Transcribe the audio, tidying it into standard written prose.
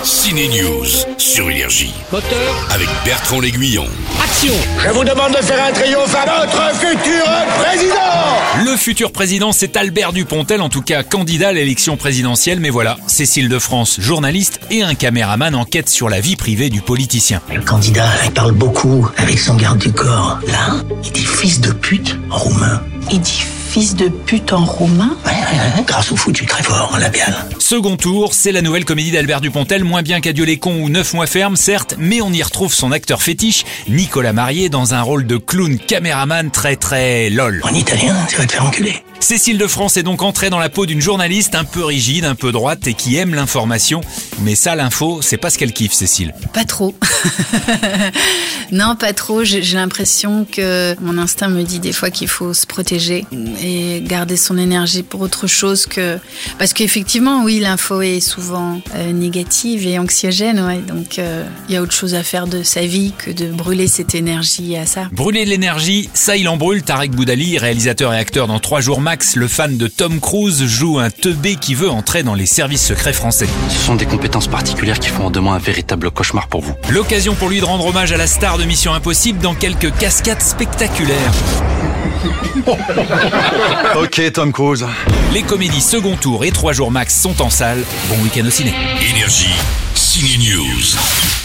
Ciné News sur Énergie. Moteur, Avec Bertrand L'Aiguillon. action! Je vous demande de faire un triomphe à notre futur président. Le futur président, c'est Albert Dupontel, en tout cas candidat à l'élection présidentielle. Mais voilà, Cécile de France, journaliste, et un caméraman enquête sur la vie privée du politicien. Le candidat, il parle beaucoup avec son garde du corps. Là, il dit fils de pute en roumain. Il dit fils de pute en roumain? Ouais, grâce au foutu très fort en labial. Second tour, c'est la nouvelle comédie d'Albert Dupontel, moins bien qu'Adieu les cons ou 9 mois ferme, certes, mais on y retrouve son acteur fétiche, Nicolas Marié, dans un rôle de clown caméraman très lol. En italien, tu vas te faire enculer. Cécile de France est donc entrée dans la peau d'une journaliste un peu rigide, un peu droite et qui aime l'information. Mais ça, l'info, c'est pas ce qu'elle kiffe, Cécile. Pas trop. Non, pas trop. J'ai l'impression que mon instinct me dit des fois qu'il faut se protéger et garder son énergie pour autre chose que... Parce qu'effectivement, oui, l'info est souvent négative et anxiogène. Ouais. Donc, il y a autre chose à faire de sa vie que de brûler cette énergie à ça. Brûler de l'énergie, ça il en brûle. Tarek Boudali, réalisateur et acteur dans 3 jours max, le fan de Tom Cruise, joue un teubé qui veut entrer dans les services secrets français. Ce sont des compétences particulières qui font de moi un véritable cauchemar pour vous. L'occasion pour lui de rendre hommage à la star de Mission Impossible dans quelques cascades spectaculaires. Ok, Tom Cruise. Les comédies second tour et 3 jours max sont en salle. Bon week-end au ciné. Énergie, Ciné News.